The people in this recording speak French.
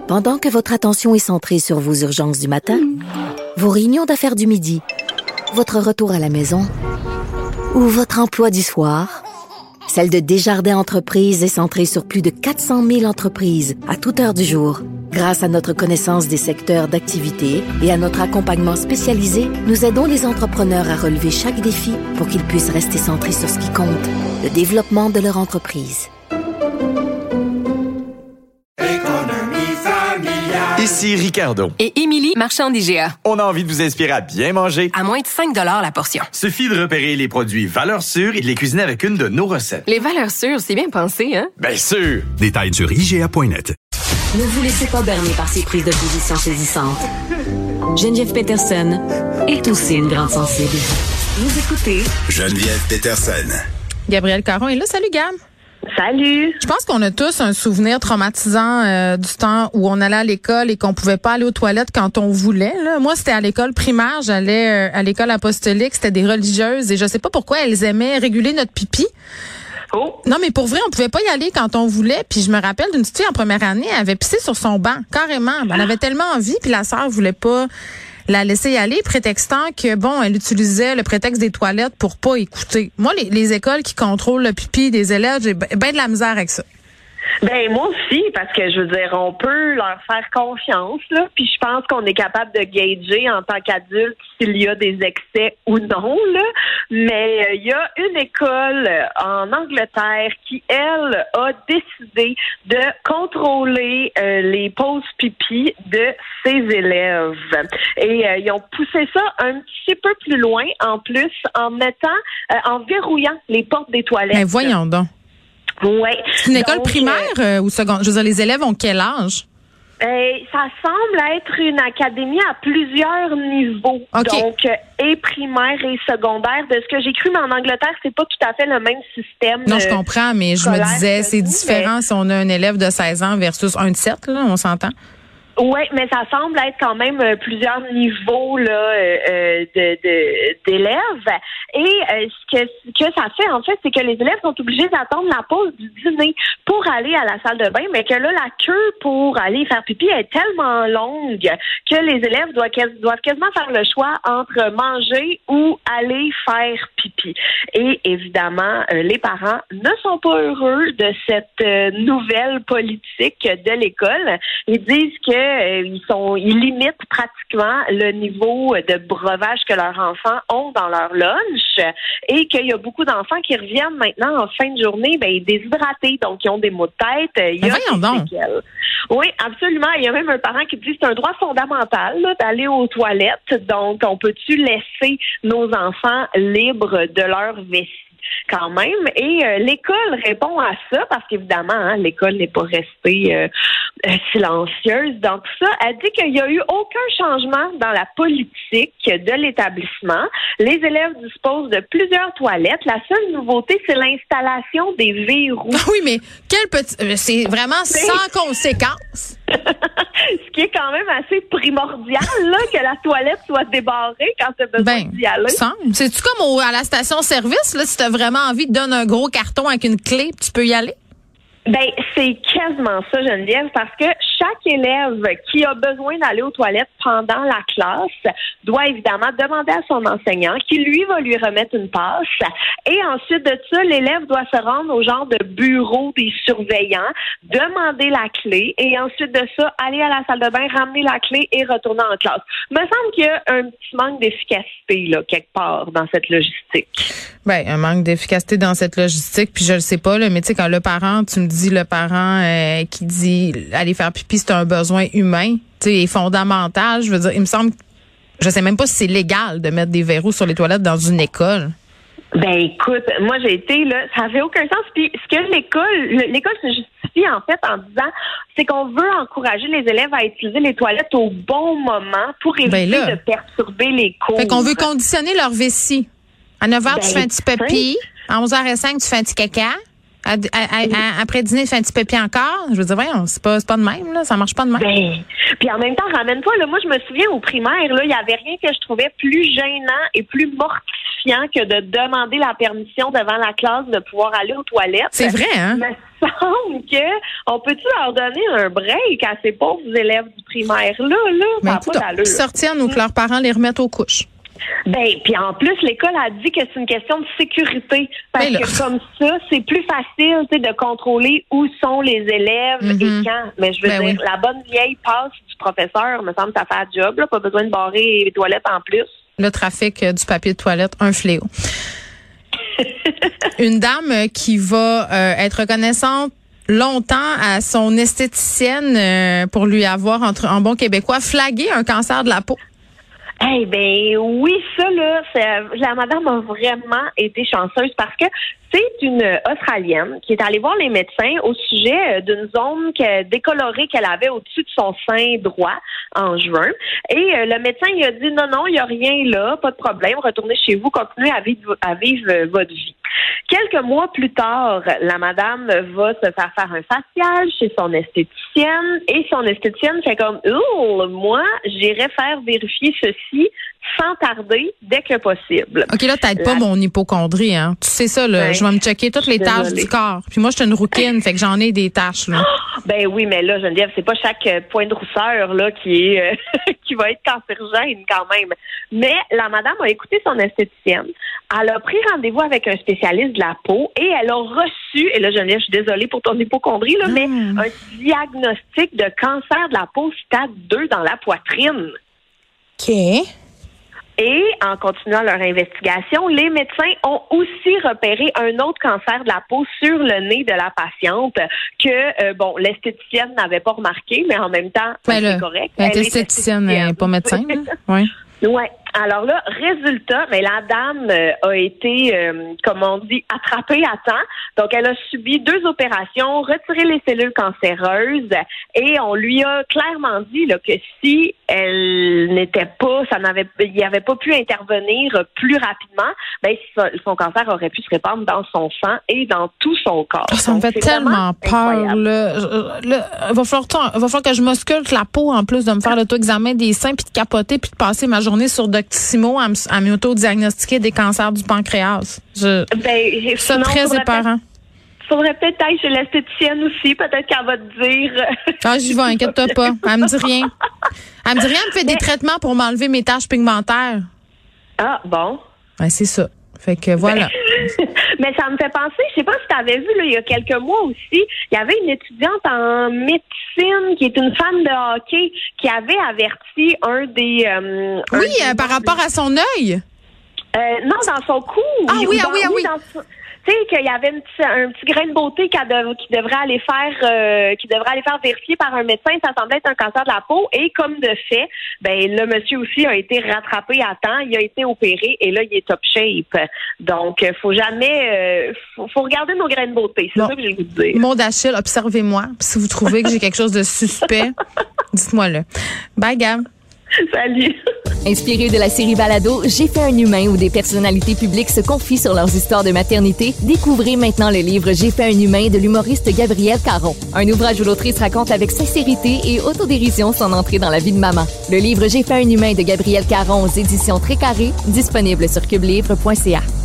Pendant que votre attention est centrée sur vos urgences du matin, vos réunions d'affaires du midi, votre retour à la maison ou votre emploi du soir, celle de Desjardins Entreprises est centrée sur plus de 400 000 entreprises à toute heure du jour. Grâce à notre connaissance des secteurs d'activité et à notre accompagnement spécialisé, nous aidons les entrepreneurs à relever chaque défi pour qu'ils puissent rester centrés sur ce qui compte, le développement de leur entreprise. Ici Ricardo. Et Émilie, marchand d'IGA. On a envie de vous inspirer à bien manger. À moins de 5 $ la portion. Suffit de repérer les produits valeurs sûres et de les cuisiner avec une de nos recettes. Les valeurs sûres, c'est bien pensé, hein? Bien sûr! Détails sur IGA.net. Ne vous laissez pas berner par ces prises de position saisissantes. Geneviève Peterson est aussi une grande sensible. Vous écoutez Geneviève Peterson. Gabrielle Caron est là. Salut, Gab. Salut! Je pense qu'on a tous un souvenir traumatisant du temps où on allait à l'école et qu'on pouvait pas aller aux toilettes quand on voulait. Là. Moi, c'était à l'école primaire. J'allais à l'école apostolique. C'était des religieuses et je sais pas pourquoi elles aimaient réguler notre pipi. Oh. Non, mais pour vrai, on pouvait pas y aller quand on voulait. Puis je me rappelle d'une petite fille en première année, elle avait pissé sur son banc, carrément. Elle avait tellement envie, puis la sœur voulait pas la laisser y aller, prétextant que, bon, elle utilisait le prétexte des toilettes pour pas écouter. Moi, les écoles qui contrôlent le pipi des élèves, j'ai ben de la misère avec ça. Ben moi aussi, parce que je veux dire, on peut leur faire confiance, là, puis je pense qu'on est capable de gager en tant qu'adulte s'il y a des excès ou non, là. Mais il y a une école en Angleterre qui, elle, a décidé de contrôler les pauses pipi de ses élèves. Et ils ont poussé ça un petit peu plus loin, en plus, en verrouillant les portes des toilettes. Mais voyons donc. Ouais. C'est une école primaire ou secondaire? Je veux dire, les élèves ont quel âge? Ça semble être une académie à plusieurs niveaux. Okay. Donc, et primaire et secondaire. De ce que j'ai cru, mais en Angleterre, c'est pas tout à fait le même système. Non, je comprends, mais je me disais, c'est différent si on a un élève de 16 ans versus un de 7, là, on s'entend? Oui, mais ça semble être quand même plusieurs niveaux là d'élèves. Et ce que ça fait, en fait, c'est que les élèves sont obligés d'attendre la pause du dîner pour aller à la salle de bain, mais que là, la queue pour aller faire pipi est tellement longue que les élèves doivent quasiment faire le choix entre manger ou aller faire pipi. Et évidemment, les parents ne sont pas heureux de cette nouvelle politique de l'école. Ils disent que ils limitent pratiquement le niveau de breuvage que leurs enfants ont dans leur lunch et qu'il y a beaucoup d'enfants qui reviennent maintenant en fin de journée déshydratés, donc ils ont des maux de tête. Il y a des séquelles. Oui, absolument. Il y a même un parent qui dit que c'est un droit fondamental là, d'aller aux toilettes, donc on peut-tu laisser nos enfants libres de leur vessie? Quand même. Et l'école répond à ça parce qu'évidemment, l'école n'est pas restée silencieuse dans tout ça. Elle dit qu'il n'y a eu aucun changement dans la politique de l'établissement. Les élèves disposent de plusieurs toilettes. La seule nouveauté, c'est l'installation des verrous. Oui, mais c'est vraiment sans conséquence. Ce qui est quand même assez primordial, là, que la toilette soit débarrée quand tu as besoin d'y aller. C'est-tu comme à la station-service, là, si tu as vraiment envie de donner un gros carton avec une clé, tu peux y aller? Ben, c'est quasiment ça, Geneviève, parce que chaque élève qui a besoin d'aller aux toilettes pendant la classe doit évidemment demander à son enseignant qui, lui, va lui remettre une passe. Et ensuite de ça, l'élève doit se rendre au genre de bureau des surveillants, demander la clé et ensuite de ça, aller à la salle de bain, ramener la clé et retourner en classe. Il me semble qu'il y a un petit manque d'efficacité, là, quelque part dans cette logistique. Ben, un manque d'efficacité dans cette logistique, puis je le sais pas, là, mais tu sais, quand le parent, tu me dis le parent qui dit aller faire pipi, c'est un besoin humain, tu sais, est fondamental. Je veux dire, il me semble, je sais même pas si c'est légal de mettre des verrous sur les toilettes dans une école. Ben écoute, moi j'ai été là, ça fait aucun sens. Puis ce que l'école se justifie en fait en disant, c'est qu'on veut encourager les élèves à utiliser les toilettes au bon moment pour éviter de perturber les cours. Fait qu'on veut conditionner leur vessie. À 9h, tu fais un petit pipi. À 11h05, tu fais un petit caca. Après dîner, tu fais un petit pipi encore. Je veux dire, voyons, c'est pas de même, là. Ça marche pas de même. Ben, puis en même temps, ramène-toi, là, moi, je me souviens au primaire, là, il y avait rien que je trouvais plus gênant et plus mortifiant mortifiant que de demander la permission devant la classe de pouvoir aller aux toilettes. C'est vrai, hein? Il me semble on peut-tu leur donner un break à ces pauvres élèves du primaire là, Ben, ça n'a pas d'allure. sortir, ou que leurs parents les remettent aux couches. Ben, puis en plus, l'école a dit que c'est une question de sécurité. Parce que comme ça, c'est plus facile, tu sais, de contrôler où sont les élèves et quand. Mais je veux dire, la bonne vieille passe du professeur, me semble, ça fait un job, là, pas besoin de barrer les toilettes en plus. Le trafic du papier de toilette, un fléau. Une dame qui va être reconnaissante longtemps à son esthéticienne pour lui avoir, en bon québécois, flagué un cancer de la peau. Eh ben oui, ça là, la madame a vraiment été chanceuse parce que c'est une Australienne qui est allée voir les médecins au sujet d'une zone décolorée qu'elle avait au-dessus de son sein droit en juin. Et le médecin il a dit non, il n'y a rien là, pas de problème, retournez chez vous, continuez à vivre votre vie. Quelques mois plus tard, la madame va se faire un facial chez son esthéticienne et son esthéticienne fait comme moi, j'irai faire vérifier ceci sans tarder dès que possible. OK, là, t'aides pas mon hypocondrie, hein. Tu sais ça, là. Je vais me checker toutes les taches du corps. Puis moi, je suis une rouquine, fait que j'en ai des taches, là. Ben oui, mais là, Geneviève, c'est pas chaque point de rousseur, là, qui est, qui va être cancérigène, quand même. Mais la madame a écouté son esthéticienne. Elle a pris rendez-vous avec un spécialiste de la peau et elle a reçu, et là, Geneviève, je suis désolée pour ton hypocondrie, là, mais un diagnostic de cancer de la peau stade 2 dans la poitrine. OK. Et en continuant leur investigation, les médecins ont aussi repéré un autre cancer de la peau sur le nez de la patiente que, l'esthéticienne n'avait pas remarqué, mais en même temps, c'est correct. L'esthéticienne n'est pas médecin, oui. Ouais. Alors là, résultat, mais la dame a été, comme on dit, attrapée à temps. Donc, elle a subi 2 opérations, retiré les cellules cancéreuses, et on lui a clairement dit là, que si elle n'était pas, il n'y avait pas pu intervenir plus rapidement, ben son cancer aurait pu se répandre dans son sang et dans tout son corps. Ça me fait tellement peur. Il va falloir que je m'ausculte la peau en plus de me faire l'auto-examen des seins puis de capoter puis de passer ma journée sur Doctissimo à m'auto-diagnostiquer des cancers du pancréas. C'est très épeurant. Faudrait peut-être aller chez l'esthéticienne aussi. Peut-être qu'elle va te dire... J'y vais, inquiète-toi pas. Elle me dit rien. Elle me fait des traitements pour m'enlever mes taches pigmentaires. Ah, bon. Ben, c'est ça. Fait que voilà. Mais ça me fait penser, je sais pas si tu avais vu, là, il y a quelques mois aussi, il y avait une étudiante en médecine qui est une fan de hockey qui avait averti un des... par rapport à son œil. Non, dans son cou. Ah oui. Tu sais qu'il y avait un petit grain de beauté qui devrait aller faire vérifier par un médecin. Ça semblait être un cancer de la peau. Et comme de fait, le monsieur aussi a été rattrapé à temps. Il a été opéré et là, il est top shape. Donc, faut jamais... faut regarder nos grains de beauté. C'est ça que j'ai voulu dire. Mon d'Achille, observez-moi. Si vous trouvez que j'ai quelque chose de suspect, dites-moi-le. Bye, Gab. Salut. Inspiré de la série Balado, J'ai fait un humain où des personnalités publiques se confient sur leurs histoires de maternité, découvrez maintenant le livre J'ai fait un humain de l'humoriste Gabrielle Caron. Un ouvrage où l'autrice raconte avec sincérité et autodérision son entrée dans la vie de maman. Le livre J'ai fait un humain de Gabrielle Caron aux éditions Très Carré, disponible sur cubelivre.ca.